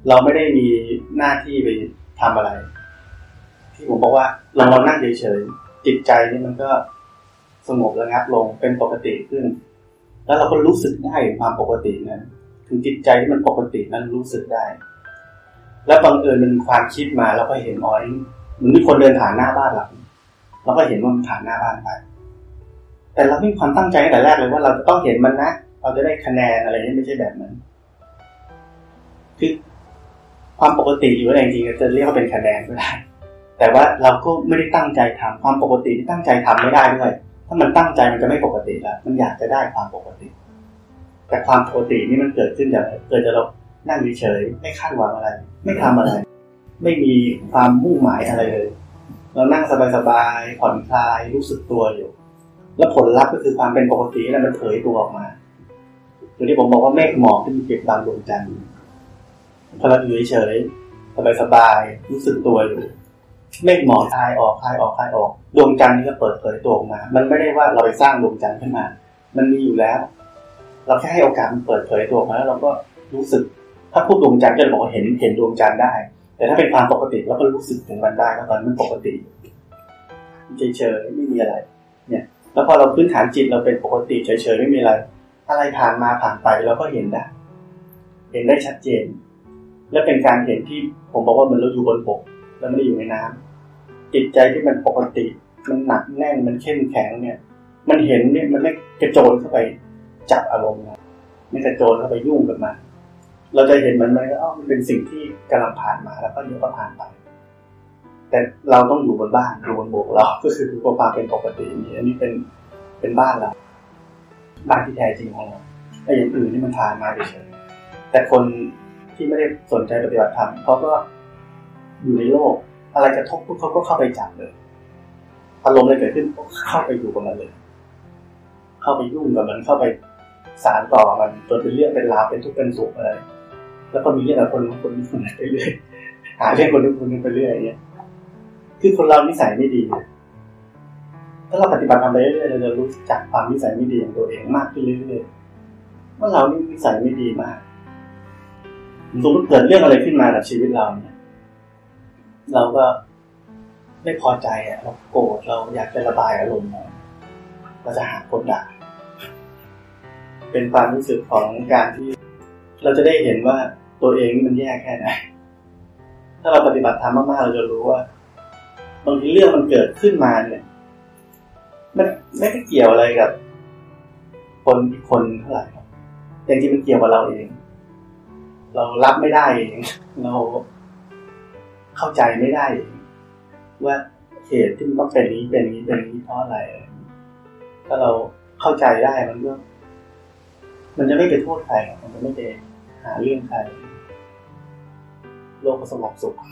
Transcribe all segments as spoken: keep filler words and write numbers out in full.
เราไม่ได้มีหน้าที่ไปทำอะไรที่ผมบอกว่าเราเรานั่งเฉยๆจิตใจนี่มันก็สงบระงับลงเป็นปกติขึ้นแล้วเราก็รู้สึกได้ความปกตินั้นถึงจิตใจที่มันปกตินั้นรู้สึกได้แล้วบังเอิญมันความคิดมาแล้วก็เห็นอ๋อเหมือนมีคนเดินผ่านหน้าบ้านเราเราก็เห็นว่ามันผ่านหน้าบ้านไปแต่เราไม่มีความตั้งใจตั้งแต่แรกเลยว่าเราจะต้องเห็นมันนะเราจะได้คะแนนอะไรนี่ไม่ใช่แบบนั้นคือความปกติอยู่แล้วจริงๆจะเรียกว่าเป็นคะแนนก็ได้แต่ว่าเราก็ไม่ได้ตั้งใจทำความปกติที่ตั้งใจทำไม่ได้ด้วยถ้ามันตั้งใจมันจะไม่ปกติแล้วมันอยากจะได้ความปกติแต่ความปกตินี่มันเกิดขึ้นจากเกิดจากเรานั่งเฉยๆไม่คาดหวังอะไรไม่ทำอะไรไม่มีความมุ่งหมายอะไรเลยเรานั่งสบายๆผ่อนคลายรู้สึกตัวอยู่แล้วผลลัพธ์ก็คือความเป็นปกตินั่นมันเผยตัวออกมาอย่างที่ผมบอกว่าเมฆหมอกที่มันเก็บบังดวงจันทร์พอเราอยู่เฉยๆสบายๆรู้สึกตัวอยู่เมฆหมอกคลายออกคลายออกคลายออกดวงจันทร์นี่ก็เปิดเผยตัวออกมามันไม่ได้ว่าเราไปสร้างดวงจันทร์ขึ้นมามันมีอยู่แล้วเราแค่ให้โอกาสมันเปิดเผยตัวออกมาแล้วเราก็รู้สึกถ้าพูดดวงจันทร์ก็จะบอกว่าเห็นเห็นดวงจันทร์ได้แต่ถ้าเป็นความปกติเราก็รู้สึกถึงมันได้ว่าตอนมันปกติเฉยๆไม่มีอะไรเนี่ยแล้วพอเราพื้นฐานจิตเราเป็นปกติเฉยๆไม่มีอะไรอะไรผ่านมาผ่านไปเราก็เห็นได้เห็นได้ชัดเจนและเป็นการเห็นที่ผมบอกว่าเหมือนเราอยู่บนบกแล้วไม่ได้อยู่ในน้ำจิตใจที่มันปกติมันหนักแน่นมันเข้มแข็งเนี่ยมันเห็นเนี่ยมันไม่กระโจนเข้าไปจับอารมณ์นะไม่กระโจนเข้าไปยุ่งกับมันเราจะเห็นมันมันก็อ๋อมันเป็นสิ่งที่กำลังผ่านมาแล้วก็เดี๋ยวก็ผ่านไปแต่เราต้องอยู่บนบ้านอยู่บนบกเราก็คือความเป็นปกตินี่อันนี้เป็นเป็นบ้านเราบ้านที่แท้จริงของเราไอ้อย่างอื่นนี่มันผ่านมาเฉยๆแต่คนที่ไม่ได้สนใจปฏิบัติธรรมเขาก็อยู่ในโลกอะไรกระทบปุ๊บเขาก็เข้าไปจับเลยอารมณ์อะไรเกิดขึ้นก็เข้าไปอยู่กับมันเลยเข้าไปยุ่งกับมันเข้าไปสารต่อมันจนเป็นเรื่องเป็นราวเป็นทุกข์เป็นสุขอะไรแล้วก็มีเรื่องกับคนคนนี้คนนั้นไปเรื่อยหาเรื่องคนนู้นคนนี้ไปเรื่อยอย่างเงี้ยคือคนเรานิสัยไม่ดีถ้าเราปฏิบัติทำไปเรื่อยๆเราจะรู้จักความนิสัยไม่ดีของตัวเองมากขึ้นเรื่อยๆว่าเรานี่นิสัยไม่ดีมากสมมติเกิดเรื่องอะไรขึ้นมากับชีวิตเราเนี่ยเราก็ไม่พอใจอ่ะเราโกรธเราอยากจะระบายอารมณ์เราจะหาคนด่าเป็นความรู้สึกของการที่เราจะได้เห็นว่าตัวเองนี่มันแย่แค่ไหนถ้าเราปฏิบัติธรรมมากๆเราจะรู้ว่าบางทีเรื่องมันเกิดขึ้นมาเนี่ยมันไม่ได้เกี่ยวอะไรกับคนอีกคนเท่าไหร่แต่จริงๆมันเกี่ยวกับเราเองเรารับไม่ได้เองเราเข้าใจไม่ได้ว่าเหตุที่มันต้องเป็นนี้เป็นนี้เป็นนี้เพราะอะไรถ้าเราเข้าใจได้มันก็มันจะไม่ไปโทษใครมันจะไม่ไปหาเรื่องใครโลกก็สงบสุข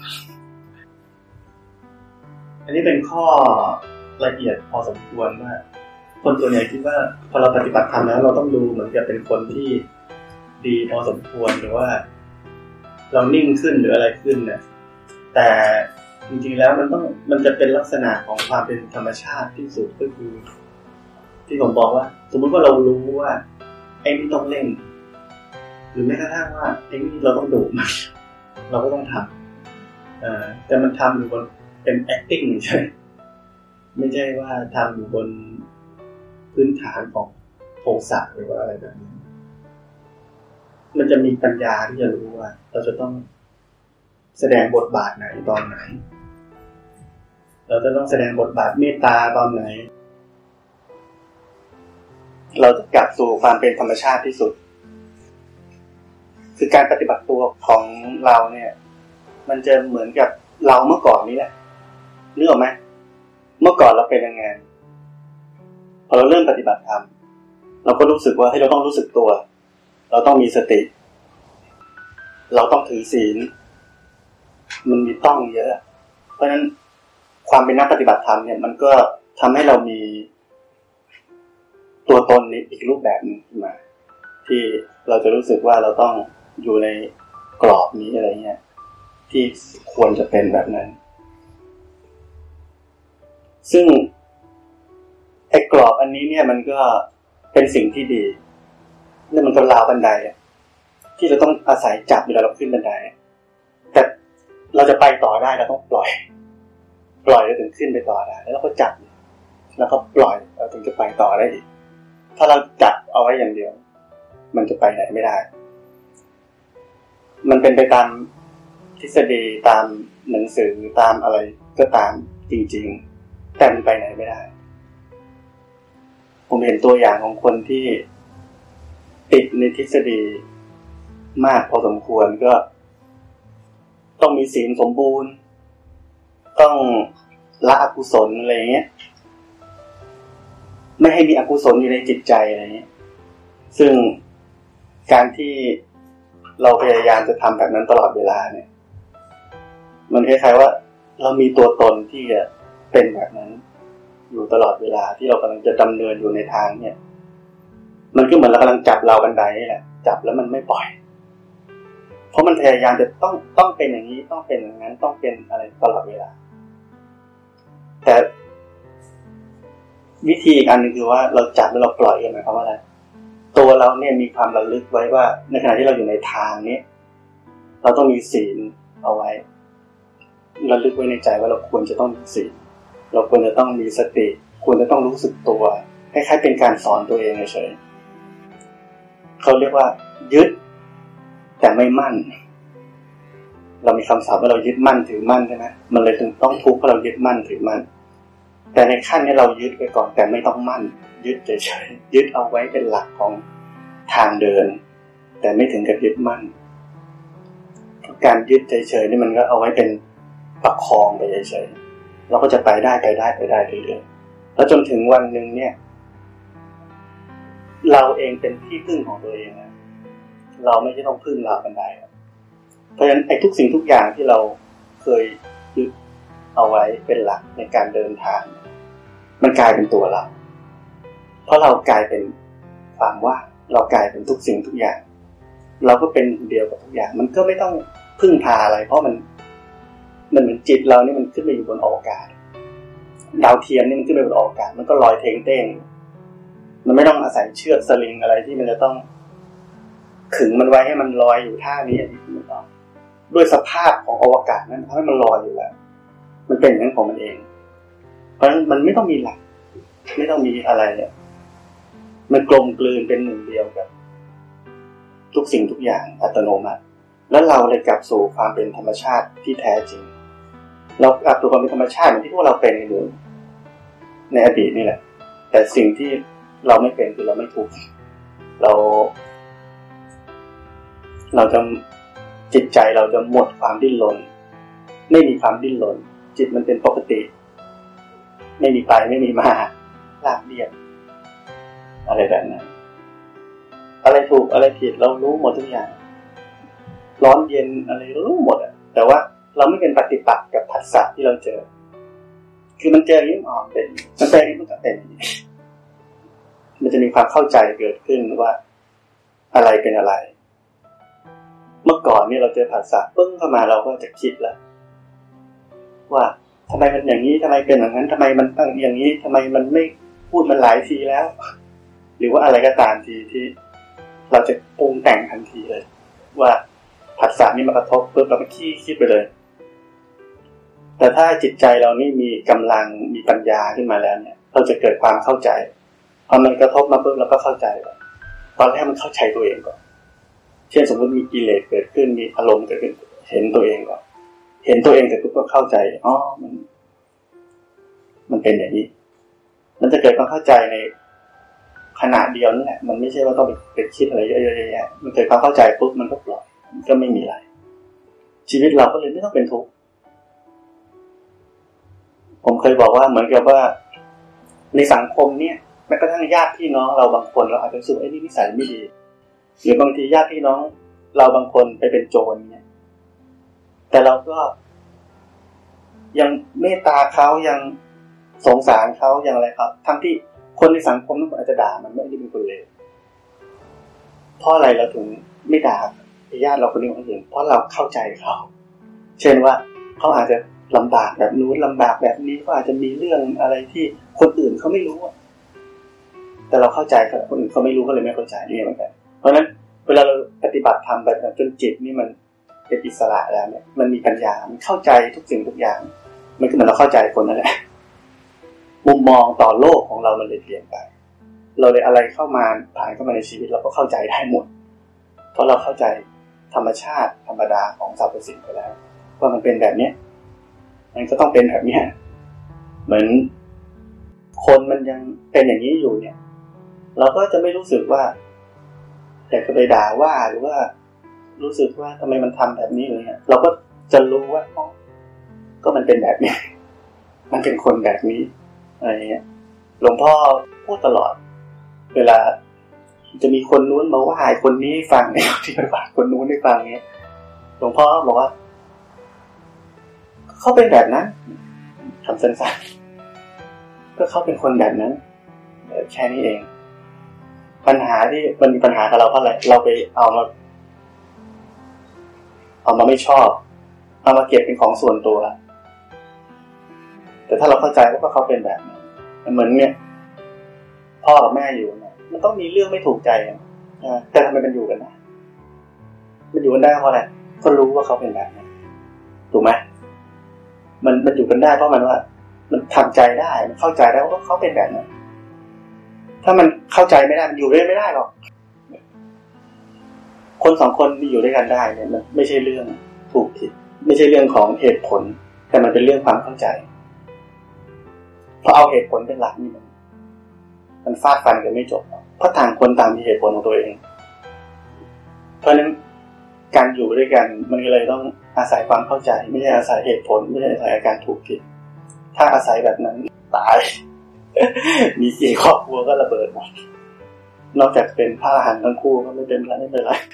อันนี้เป็นข้อละเอียดพอสมควรว่าคนตัวใหญ่คิดว่าพอเราปฏิบัติธรรมแล้วเราต้องดูเหมือนกับเป็นคนที่ดีพอสมควรหรือว่าเรานิ่งขึ้นหรืออะไรขึ้นเนี่ยแต่จริงๆแล้วมันต้องมันจะเป็นลักษณะของความเป็นธรรมชาติที่สุดก็คือที่ผมบอกว่าสมมติว่าเรารู้ว่าไอ้นี่ต้องเร่งหรือแม้กระทั่งว่าไอ้นี่เราต้องดูมันเราก็ต้องทำเอ่อแต่มันทำอยู่บนเป็น acting ใช่ไม่ใช่ว่าทำอยู่บนพื้นฐานของโทสะหรือว่าอะไรแบบนี้มันจะมีปัญญาที่จะรู้ว่าเราจะต้องแสดงบทบาทไหนตอนไหนเราจะต้องแสดงบทบาทเมตตาตอนไหนเราจะกลับสู่ความเป็นธรรมชาติที่สุดคือการปฏิบัติตัวของเราเนี่ยมันจะเหมือนกับเราเมื่อก่อนนี้แหละนึกออกไหมเมื่อก่อนเราเป็นยังไงพอเราเริ่มปฏิบัติธรรมเราก็รู้สึกว่าให้เราต้องรู้สึกตัวเราต้องมีสติเราต้องถือศีลมันมีต้องเยอะเพราะฉะนั้นความเป็นนักปฏิบัติธรรมเนี่ยมันก็ทำให้เรามีตัวตนในอีกรูปแบบนึงขึ้นมาที่เราจะรู้สึกว่าเราต้องอยู่ในกรอบนี้อะไรเงี้ยที่ควรจะเป็นแบบนั้นซึ่งไอ้กรอบอันนี้เนี่ยมันก็เป็นสิ่งที่ดีนี่มันก็ราวบันไดที่เราต้องอาศัยจับเวลาเราขึ้นบันไดแต่เราจะไปต่อได้เราต้องปล่อยปล่อยแล้วถึงขึ้นไปต่อได้แล้วเราก็จับแล้วก็ปล่อยเราถึงจะไปต่อได้อีกถ้าเราจับเอาไว้อย่างเดียวมันจะไปไหนไม่ได้มันเป็นไปตามทฤษฎีตามหนังสือตามอะไรก็ตามจริงๆแต่มันไปไหนไม่ได้ผมเห็นตัวอย่างของคนที่ติดในทฤษฎีมากพอสมควรก็ต้องมีศีลสมบูรณ์ต้องละอกุศลอะไรเงี้ยไม่ให้มีอกุศลอยู่ในจิตใจอะไรเงี้ยซึ่งการที่เราพยายามจะทำแบบนั้นตลอดเวลาเนี่ยมันคล้ายๆว่าเรามีตัวตนที่จะเป็นแบบนั้นอยู่ตลอดเวลาที่เรากำลังจะดำเนินอยู่ในทางเนี่ยมันก็เหมือนเรากำลังจับเราบันไดนี่แหละจับแล้วมันไม่ปล่อยเพราะมันพยายามจะต้องต้องเป็นอย่างนี้ต้องเป็นอย่างนั้นต้องเป็นอะไรตลอดเวลาแต่วิธีอีกอันนึงคือว่าเราจับแล้วเราปล่อยกันหมายความว่าอะไรตัวเราเนี่ยมีความระลึกไว้ว่าในขณะที่เราอยู่ในทางนี้เราต้องมีศีลเอาไว้ระลึกไว้ในใจว่าเราควรจะต้องมีศีลเราควรจะต้องมีสติควรจะต้องรู้สึกตัวคล้ายๆเป็นการสอนตัวเองเฉยๆเขาเรียกว่ายึดแต่ไม่มั่นเรามีคำศัพท์ว่าเรายึดมั่นถือมั่นใช่ไหมมันเลยถึงต้องทุกข์เพราะเรายึดมั่นถือมั่นแต่ในขั้นนี้เรายึดไปก่อนแต่ไม่ต้องมั่นยึดเฉยๆยึดเอาไว้เป็นหลักของทางเดินแต่ไม่ถึงกับยึดมั่นการยึดเฉยๆนี่มันก็เอาไว้เป็นประคองไปเฉยๆเราก็จะไปได้ไปได้ไปได้เรื่อยๆแล้วจนถึงวันนึงเนี่ยเราเองเป็นที่พึ่งของตัวเองนะเราไม่ใช่ต้องพึ่งราวบันไดเพราะฉะนั้นไอ้ทุกสิ่งทุกอย่างที่เราเคยยึดเอาไว้เป็นหลักในการเดินทางมันกลายเป็นตัวเราเพราะเรากลายเป็นความว่างเรากลายเป็นทุกสิ่งทุกอย่างเราก็เป็นเดียวกับทุกอย่างมันก็ไม่ต้องพึ่งพาอะไรเพราะมันมันเหมือนจิตเรานี่มันขึ้นไปอยู่บนอวกาศดาวเทียมนี่มันขึ้นไปบนอวกาศมันก็ลอยเท้งเต้งมันไม่ต้องอาศัยเชือกสลิงอะไรที่มันจะต้องขึงมันไว้ให้มันลอยอยู่ท่านี้อย่างนี้ไม่ต้องด้วยสภาพของอวกาศนั้นทำให้มันลอยอยู่แล้วมันเป็นอย่างนั้นของมันเองเพราะฉะนั้นมันไม่ต้องมีหลักไม่ต้องมีอะไรเนี่ยมันกลมกลืนเป็นหนึ่งเดียวกับทุกสิ่งทุกอย่างอัตโนมัติแล้วเราเลยกลับสู่ความเป็นธรรมชาติที่แท้จริงเรากลับสู่ความเป็นธรรมชาติเหมือนที่พวกเราเป็นอยู่ในอดีตนี่แหละแต่สิ่งที่เราไม่เป็นคือเราไม่ทุกข์เราเราจะจิตใจเราจะหมดความดิ้นรนไม่มีความดิ้นรนจิตมันเป็นปกติไม่มีไปไม่มีมาราบเรียบอะไรแบบนั้นอะไรถูกอะไรผิดเรารู้หมดทุกอย่างร้อนเย็นอะไรเรารู้หมดอ่ะแต่ว่าเราไม่เป็นปฏิปักษ์กับผัสสะที่เราเจอคือมันเจอยิ่งอ่อนเป็นมันเป็นยิ่งมันเป็นมันจะมีความเข้าใจเกิดขึ้นว่าอะไรเป็นอะไรเมื่อก่อนนี่เราเจอผัสสะปึ้งเข้ามาเราก็จะคิดแล้วว่าทำไมมันอย่างนี้ทำไมเป็นอย่างนั้นทำไมมันตั้งอย่างนี้ทำไมมันไม่พูดมันหลายทีแล้วหรือว่าอะไรก็ตามทีที่เราจะปรุงแต่งทันทีเลยว่าผัสสะนี่มากระทบปุ๊บเราก็คิดคิดไปเลยแต่ถ้าจิตใจเรานี่มีกำลังมีปัญญาขึ้นมาแล้วเนี่ยเราจะเกิดความเข้าใจพอมันกระทบมาปุ๊บเราก็เข้าใจแล้วตอนแรกมันเข้าใจตัวเองก่อนเช่นสมมติมีกิเลสเกิดขึ้นมีอารมณ์เกิดขึ้นเห็นตัวเองก่อนเห็นตัวเองแต่ปุ๊บก็เข้าใจอ๋อมันมันเป็นอย่างนี้มันจะเกิดความเข้าใจในขณะเดียวนั่นแหละมันไม่ใช่ว่าต้องไปไปคิดอะไรเยอะๆแยะๆมันเกิดความเข้าใจปุ๊บมันก็ปล่อยมันก็ไม่มีอะไรชีวิตเราก็เลยไม่ต้องเป็นทุกข์ผมเคยบอกว่าเหมือนกับว่าในสังคมเนี่ยแม้กระทั่งญาติพี่น้องเราบางคนเราอาจจะรู้สึกไอ้นี่นิสัยไม่ดีหรือบางทีญาติพี่น้องเราบางคนไปเป็นโจรเนี่ยแต่เราก็ยังเมตตาเขายังสงสารเขายังอะไรครับทั้งที่คนในสังคมนั้นอาจจะด่ามันไม่ได้เป็นคนเลวเพราะอะไรเราถึงไม่ด่าญาติเราคนนี้คนอื่นเพราะเราเข้าใจเขาเช่นว่าเขาอาจจะลำบากแบบนู้นลำบากแบบนี้ก็อาจจะมีเรื่องอะไรที่คนอื่นเขาไม่รู้แต่เราเข้าใจแต่คนอื่นเขาไม่รู้ก็เลยไม่เข้าใจนี่เหมือนกันเพราะฉะนั้นเวลาเราปฏิบัติธรรมไปจนจิตนี่มันเป็นอิสระแล้วเนี่ยมันมีปัญญามันเข้าใจทุกสิ่งทุกอย่างมันก็เหมือนเราเข้าใจคนนั่นแหละมุมมองต่อโลกของเรามันเลยเปลี่ยนไปเราเลยอะไรเข้ามาผ่านเข้ามาในชีวิตเราก็เข้าใจได้หมดเพราะเราเข้าใจธรรมชาติธรรมดาของสรรพสิ่งไปแล้วว่ามันเป็นแบบนี้มันก็ต้องเป็นแบบนี้เหมือนคนมันยังเป็นอย่างนี้อยู่เนี่ยเราก็จะไม่รู้สึกว่าอยากจะไปด่าว่าหรือว่ารู้สึกว่าทำไมมันทำแบบนี้เลยเนี่ยเราก็จะรู้ว่าอ๋อก็มันเป็นแบบนี้มันเป็นคนแบบนี้อะไรเงี้ยหลวงพ่อพูดตลอดเวลาจะมีคนนู้นมาว่าคนนี้ฟังเนี่ยที่ไปว่าคนนู้นให้ฟังเงี้ยหลวงพ่อบอกว่าเขาเป็นแบบนั้นคำสั้นๆก็เขาเป็นคนแบบนั้นแค่นี้เองปัญหาที่มันมีปัญหากับเราเพราะอะไรเราไปเอามาเอามาไม่ชอบเอามาเก็บเป็นของส่วนตัวแต่ถ้าเราเข้าใจว่าเขาเป็นแบบนั้นเหมือนเนี่ยพ่อกับแม่อยู่เนี่ยมันต้องมีเรื่องไม่ถูกใจนะแต่ทำไมมันอยู่กันนะมันอยู่กันได้เพราะอะไรก็รู้ว่าเขาเป็นแบบนั้นถูกไหมมันมันอยู่กันได้เพราะมันว่ามันทำใจได้มันเข้าใจได้ว่าเขาเป็นแบบนั้นถ้ามันเข้าใจไม่ได้มันอยู่ด้วยไม่ได้หรอกคนสองคนที่อยู่ด้วยกันได้เนี่ยมันไม่ใช่เรื่องถูกผิดไม่ใช่เรื่องของเหตุผลแต่มันเป็นเรื่องความเข้าใจพอเอาเหตุผลเป็นหลักนี่มันมันฟาดฟันกันไม่จบเพราะต่างคนต่างมีเหตุผลของตัวเองเพราะฉะนั้นการอยู่ด้วยกันมันก็เลยต้องอาศัยความเข้าใจไม่ใช่อาศัยเหตุผลไม่ใช่อาศัยการถูกผิดถ้าอาศัยแบบนั้นตาย มีกี่ครอบครัวก็ระเบิดหมดนอกจากเป็นพระอรหันต์ทั้งคู่ก็ไม่เป็นไรไม่เป็นไร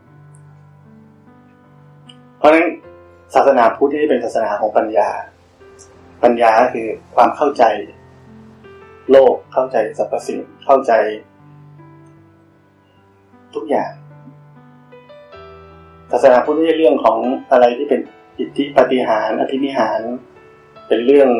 เพราะฉะนั้นศาสนาพุทธที่เป็นศาสนาของปัญญาปัญญาก็คือความเข้าใจโลกเข้าใจสรรพสิ่งเข้าใจทุกอย่างศาสนาพุทธไม่ใช่เรื่องของอะไรที่เป็นอิทธิปาฏิหาริย์อภินิหารเป็นเรื่อง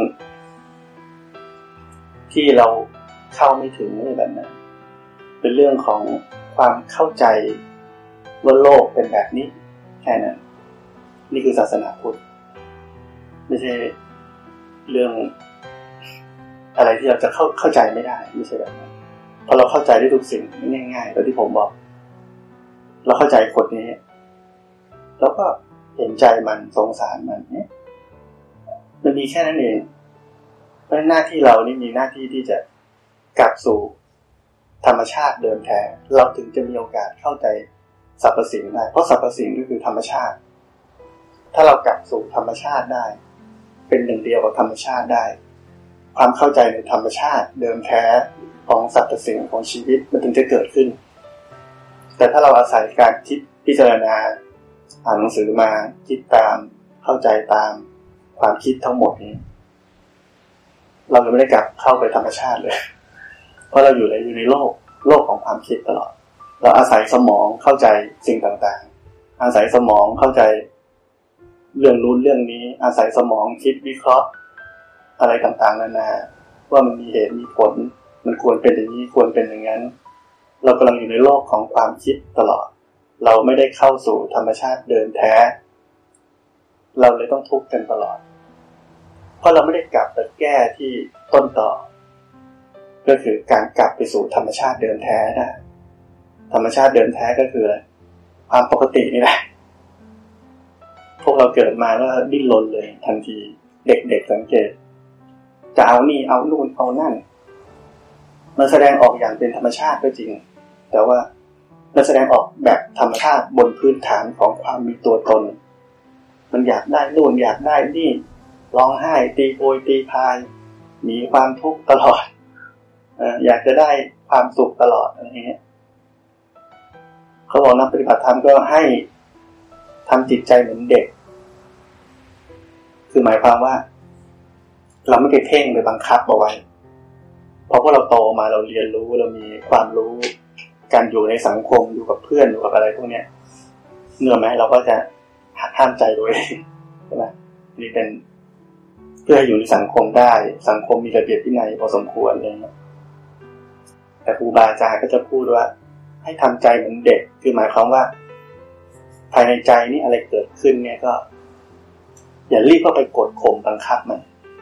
ที่เราเข้าไม่ถึงอะไรแบบนั้นเป็นเรื่องของความเข้าใจว่าโลกเป็นแบบนี้แค่นั้นนี่คือศาสนาพุทธไม่ใช่เรื่องอะไรที่เราจะเข้าเข้าใจไม่ได้ไม่ใช่แบบนั้นเพราะเราเข้าใจได้ทุกสิ่งง่ายๆแบบที่ผมบอกเราเข้าใจคนนี้แล้วก็เห็นใจมันสงสารมันเนี่ยมันมีแค่นั้นเองเพราะหน้าที่เรานี่มีหน้าที่ที่จะกลับสู่ธรรมชาติเดิมแท้เราถึงจะมีโอกาสเข้าใจสรรพสิ่งได้เพราะสรรพสิ่งก็คือธรรมชาติถ้าเรากลับสู่ธรรมชาติได้เป็นหนึ่งเดียวกับธรรมชาติได้ความเข้าใจในธรรมชาติเดิมแท้ของสรรพสิ่งของชีวิตมันถึงจะเกิดขึ้นแต่ถ้าเราอาศัยการคิดพิจารณาอ่านหนังสือมาคิดตามเข้าใจตามความคิดทั้งหมดนี้เราจะไม่ได้กลับเข้าไปธรรมชาติเลยเพราะเราอยู่ในอยู่ในโลกโลกของความคิดตลอดเราอาศัยสมองเข้าใจสิ่งต่างๆอาศัยสมองเข้าใจเรื่องนู้นเรื่องนี้อาศัยสมองคิดวิเคราะห์อะไรต่างๆนานาว่ามันมีเหตุมีผลมันควรเป็นอย่างนี้ควรเป็นอย่างนั้นเรากำลังอยู่ในโลกของความคิดตลอดเราไม่ได้เข้าสู่ธรรมชาติเดิมแท้เราเลยต้องทุกข์กันตลอดเพราะเราไม่ได้กลับไปแก้ที่ต้นต่อก็คือการกลับไปสู่ธรรมชาติเดิมแท้ได้ธรรมชาติเดิมแท้ก็คืออะไรความปกตินี่แหละพวกเราเกิดมาก็ดิ้นรนเลยทันทีเด็กๆสังเกตจะเอานี่เอานู่นเอานั่นมันแสดงออกอย่างเป็นธรรมชาติก็จริงแต่ว่ามันแสดงออกแบบธรรมชาติบนพื้นฐานของความมีตัวตนมันอยากได้นู่นอยากได้นี่ร้องไห้ตีโพยตีพายหนีความทุกข์ตลอดเอ่ออยากจะได้ความสุขตลอดอะไรอย่างเงี้ยเขาบอกนักปฏิบัติธรรมก็ให้ทำจิตใจเหมือนเด็กคือหมายความว่าเราไม่ได้เพ่งไปบังคับเอาไว้เพราะพวกเราโตมาเราเรียนรู้เรามีความรู้การอยู่ในสังคมอยู่กับเพื่อนอยู่กับอะไรพวกนี้เนื่อไหมเราก็จะหักห้ามใจตัวเองใช่ไหมนี่เป็นเพื่อให้อยู่ในสังคมได้สังคมมีระเบียบวินัยพอสมควรอะไรเงี้ยแต่ครูบาอาจารย์ก็จะพูดว่าให้ทำใจเหมือนเด็กคือหมายความว่าภายในใจนี่อะไรเกิดขึ้นเนี่ยก็อย่ารีบเข้าไปกดข่มบังคับมัน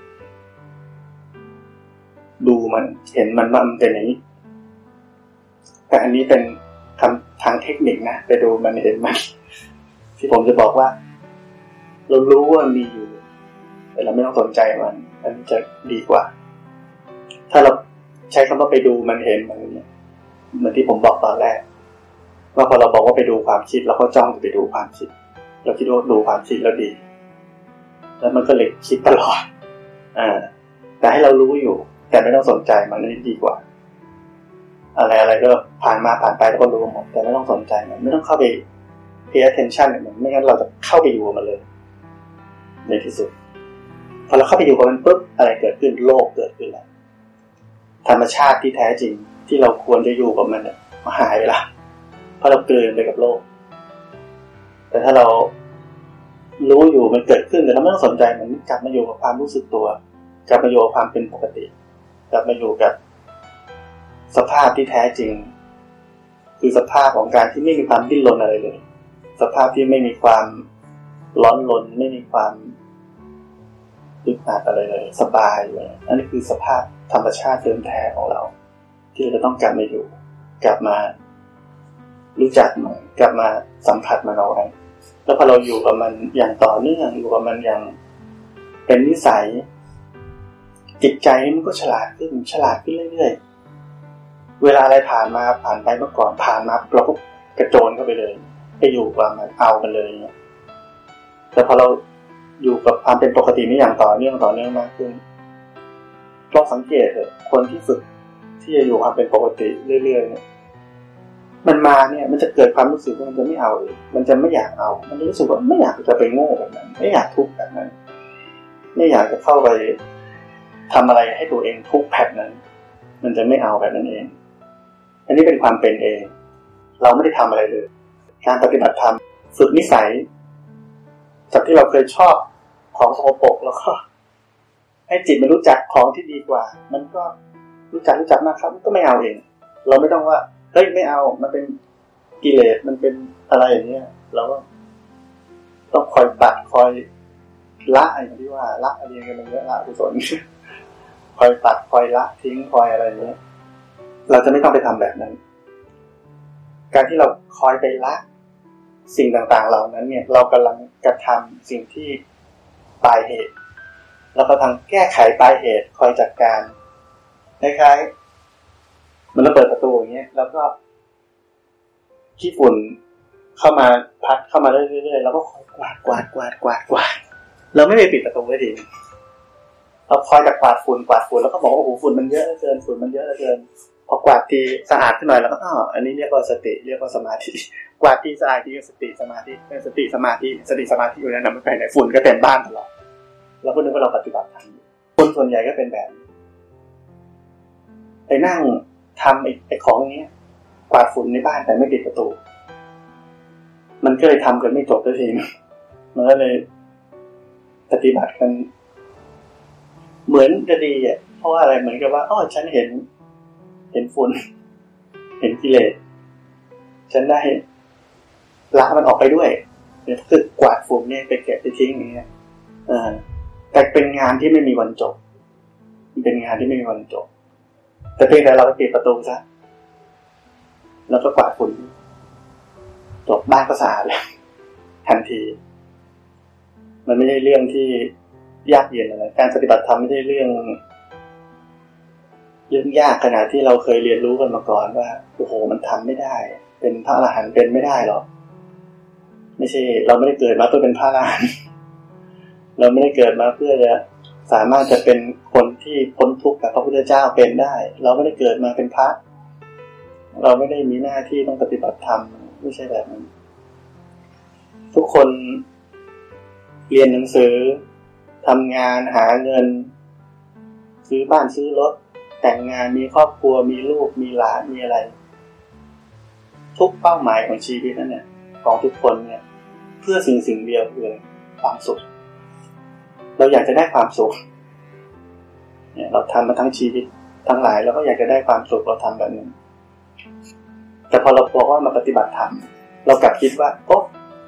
ดูมันเห็นมันว่ามันเป็นอย่างนี้แต่อันนี้เป็นคำทางเทคนิคนะไปดูมันเห็นมันที่ผมจะบอกว่าเรารู้ว่ามีอยู่แต่เราไม่ต้องสนใจมันอันนี้จะดีกว่าถ้าเราใช้คำว่าไปดูมันเห็นมันเนี่ยเหมือนที่ผมบอกตอนแรกว่าพอเราบอกว่าไปดูความคิดเราก็จ้องจะไปดูความคิดเราคิดว่าดูความคิดแล้วดีแล้วมันก็เลยคิดตลอดอ่าแต่ให้เรารู้อยู่แต่ไม่ต้องสนใจมันนี่ดีกว่าอะไรอะไรก็ผ่านมาผ่านไปแล้วก็รู้หมดแต่ไม่ต้องสนใจมันไม่ต้องเข้าไป pay attention มันไม่งั้นเราจะเข้าไปอยู่กับมันเลยในที่สุดพอเราเข้าไปอยู่กับมันปุ๊บอะไรเกิดขึ้นโลกเกิดขึ้นแล้วธรรมชาติที่แท้จริงที่เราควรจะอยู่กับมันเนี่ยมันหายไปละเพราะเราเกินไปกับโลกแต่ถ้าเรารู้อยู่มันเกิดขึ้นแต่เราไม่ต้องสนใจมันกลับมาอยู่กับความรู้สึกตัวกลับมาอยู่กับความเป็นปกติกลับมาอยู่กับสภาพที่แท้จริงคือสภาพของการที่ไม่มีความดิ้นรนอะไรเลยสภาพที่ไม่มีความร้อนรนไม่มีความอึดอัดอะไรเลยสบายเลยอันนี้คือสภาพธรรมชาติเดิมแท้ของเราที่เราจะต้องกลับมาอยู่กลับมารู้จักมันกลับมาสัมผัสมันเอาไว้แล้วพอเราอยู่กับมันอย่างต่อเนื่องอยู่กับมันอย่างเป็นนิสัยจิตใจมันก็ฉลาดขึ้นฉลาดขึ้นเรื่อยๆเวลาอะไรผ่านมาผ่านไปเมื่อก่อนผ่านมาเราก็กระโจนเข้าไปเลยไปอยู่กับมันเอามันเลยแต่พอเราอยู่กับความเป็นปกตินี้อย่างต่อเนื่องต่อเนื่องมากขึ้นลองสังเกตเถอะคนที่ฝึกที่จะอยู่ความเป็นปกติเรื่อยๆเนี่ยมันมาเนี่ยมันจะเกิดความรู้สึกว่ามันจะไม่เอาเลยมันจะไม่อยากเอามันรู้สึกว่าไม่อยากจะไปโง่แบบนั้นไม่อยากทุกข์แบบนั้นไม่อยากจะเข้าไปทำอะไรให้ตัวเองทุกข์แบบนั้นมันจะไม่เอาแบบนั้นเองอันนี้เป็นความเป็นเองเราไม่ได้ทำอะไรเลยการปฏิบัติธรรมฝึกนิสัยจากที่เราเคยชอบของสกปรกแล้วก็ให้จิตมันรู้จักของที่ดีกว่ามันก็รู้จักรู้จักมากครับมันก็ไม่เอาเองเราไม่ต้องว่าเฮ้ยไม่เอามันเป็นกิเลสมันเป็นอะไรอย่างเงี้ยเราก็ต้องคอยตัดคอยละอย่างที่ว่าละอะไรกันมันเยอะละกุศลคอยตัดคอยละทิ้งคอยอะไรอย่างเงี้ยเราจะไม่ต้องไปทำแบบนั้นการที่เราคอยไปละสิ่งต่างๆเหล่านั้นเนี่ยเรากำลังกระทำสิ่งที่ปลายเหตุแล้วก็ทางแก้ไขปลายเหตุคอยจัดการคล้ายๆมันระเบิดประตูอย่างเงี้ยแล้วก็ขี้ฝุ่นเข้ามาพัดเข้ามาเรื่อยๆแล้วก็คอยกวาดกวาดกวาดกวาดกวาดเราไม่ไปปิดประตูไว้ดีเราคอยจะกวาดฝุ่นกวาดฝุ่นแล้วก็บอกว่าโอ้โหฝุ่นมันเยอะเหลือเกินฝุ่นมันเยอะเหลือเกินพอกวาดทีสะอาดขึ้นหน่อยแล้วก็อ้ออันนี้เรียกว่าสติเรียกว่าสมาธิกวาดทีสะอาดทีสติสมาธิสติสมาธิสติสมาธิอยู่ในนั้นมันไปไหนฝุ่นก็เต็มบ้านตลอดแล้วก็นึกว่าเราปฏิบัติธรรมคนส่วนใหญ่ก็เป็นแบบนี้ไปนั่งทำไอ้ไอ้ของนี้กวาดฝุ่นในบ้านแต่ไม่ปิดประตูมันก็เลยทำกันไม่จบสักทีมันก็เลยปฏิบัติกันเหมือนจะดีอ่ะเพราะว่าอะไรเหมือนกับว่าอ้อฉันเห็นเห็นฝุ่นเห็นกิเลสฉันได้ละมันออกไปด้วยเนี่ยคือกวาดฝุ่นเนี่ยไปเก็บไปทิ้งอย่างเงี้ยเออแต่เป็นงานที่ไม่มีวันจบมันเป็นงานที่ไม่มีวันจบแต่เพียงแต่เราปิดประตูซะแล้วก็กวาดฝุ่นจบบ้านก็สะอาดเลยทันทีมันไม่ใช่เรื่องที่ยากเย็นอะไรการปฏิบัติธรรมไม่ใช่เรื่องเรื่องยากขนาดที่เราเคยเรียนรู้กันมาก่อนว่าโอ้โหมันทำไม่ได้เป็นพระอรหันต์เป็นไม่ได้หรอกไม่ใช่เราไม่ได้เกิดมาเพื่อเป็นพระอรหันต์เราไม่ได้เกิดมาเพื่อจะสามารถจะเป็นคนที่พ้นทุกข์แบบพระพุทธเจ้าเป็นได้เราไม่ได้เกิดมาเป็นพระเราไม่ได้มีหน้าที่ต้องปฏิบัติธรรมไม่ใช่แบบนั้นทุกคนเรียนหนังสือทำงานหาเงินซื้อบ้านซื้อรถแต่งงานมีครอบครัวมีลูกมีหลานมีอะไรทุกเป้าหมายของชีวิตนั่นเนี่ยของทุกคนเนี่ยเพื่อสิ่งสิ่งเดียวคือความสุขเราอยากจะได้ความสุขเนี่ยเราทำมาทั้งชีวิตทั้งหลายเราก็อยากจะได้ความสุขเราทำแบบนี้แต่พอเราบอกว่ามาปฏิบัติธรรมเรากลับคิดว่าโอ๊ะ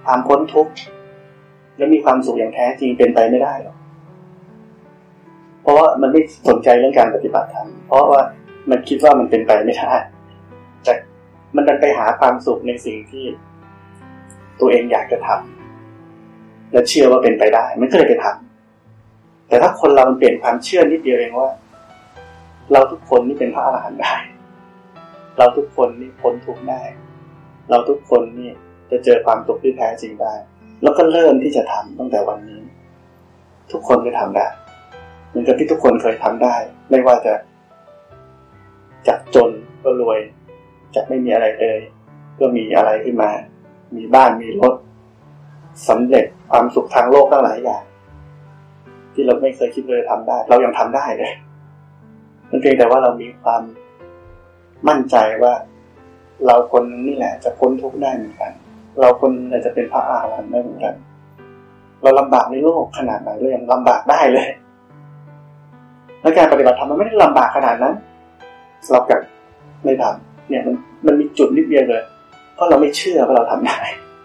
ความพ้นทุกข์และมีความสุขอย่างแท้จริงเป็นไปไม่ได้หรอกเพราะว่ามันไม่สนใจเรื่องการปฏิบัติธรรมเพราะว่ามันคิดว่ามันเป็นไปไม่ได้แต่มันดันไปหาความสุขในสิ่งที่ตัวเองอยากจะทำและเชื่อว่าเป็นไปได้มันก็เลยไปทำแต่ถ้าคนเรามันเปลี่ยนความเชื่อนิดเดียวเองว่าเราทุกคนนี่เป็นพระอรหันต์ได้เราทุกคนนี่พ้นทุกข์ได้เราทุกคนนี่จะเจอความสุขที่แท้จริงได้แล้วก็เริ่มที่จะทำตั้งแต่วันนี้ทุกคนก็ทำได้เหมือนกับที่ทุกคนเคยทำได้ไม่ว่าจะจากจนก็รวยจากไม่มีอะไรเลยก็มีอะไรขึ้นมามีบ้านมีรถสำเร็จความสุขทางโลกตั้งหลายอย่างที่เราไม่เคยคิดเลยทำได้เรายังทำได้เลยมันเพียงแต่ว่าเรามีความมั่นใจว่าเราคนนึงนี่แหละจะพ้นทุกข์ได้เหมือนกันเราคนนึงจะเป็นพระอรหันต์ได้เหมือนกันเราลำบากในโลกขนาดไหนเรายังลำบากได้เลยแล้วการปฏิบัติธรรมมันไม่ได้ลำบากขนาดนั้นเรากลับไม่ทำเนี่ยมันมันมีจุดนิดเดียวเลยเพราะเราไม่เชื่อว่าเราทำได้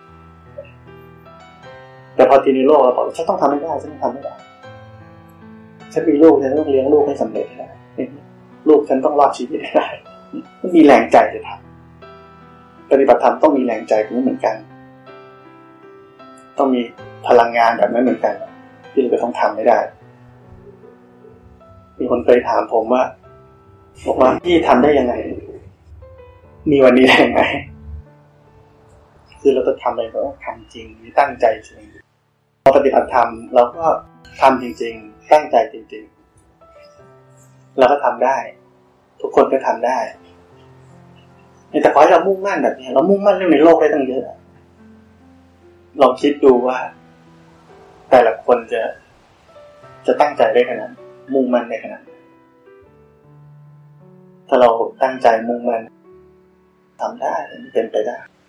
แต่พอทีในโลกเราบอกฉันต้องทำให้ได้ฉันต้องทำให้ได้ฉันมีลูกฉันต้องเลี้ยงลูกให้สำเร็จให้ได้ลูกฉันต้องรอดชีวิตให้ได้มันมีแรงใจจะทำปฏิบัติธรรมต้องมีแรงใจแบบนี้เหมือนกันต้องมีพลังงานแบบนั้นเหมือนกันที่เราจะต้องทำให้ได้มีคนเคยถามผมว่าบอกว่าพี่ทำได้ยังไงมีวันนี้ได้ยังไงคือเราจะทำอะไรเราต้องทำจริงมีตั้งใจจริงพอปฏิบัติธรรมเราก็ทำจริงๆตั้งใจจริงๆเราก็ทำได้ทุกคนก็ทำได้แต่ขอให้เรามุ่งมั่นแบบนี้เรามุ่งมั่นเรื่องในโลกได้ตั้งเยอะลองคิดดูว่าแต่ละคนจะจะตั้งใจได้ขนาดมุ่งมั่นได้ขนาดถ้าเราตั้งใจมุ่งมั่นทำได้เป็นไปได้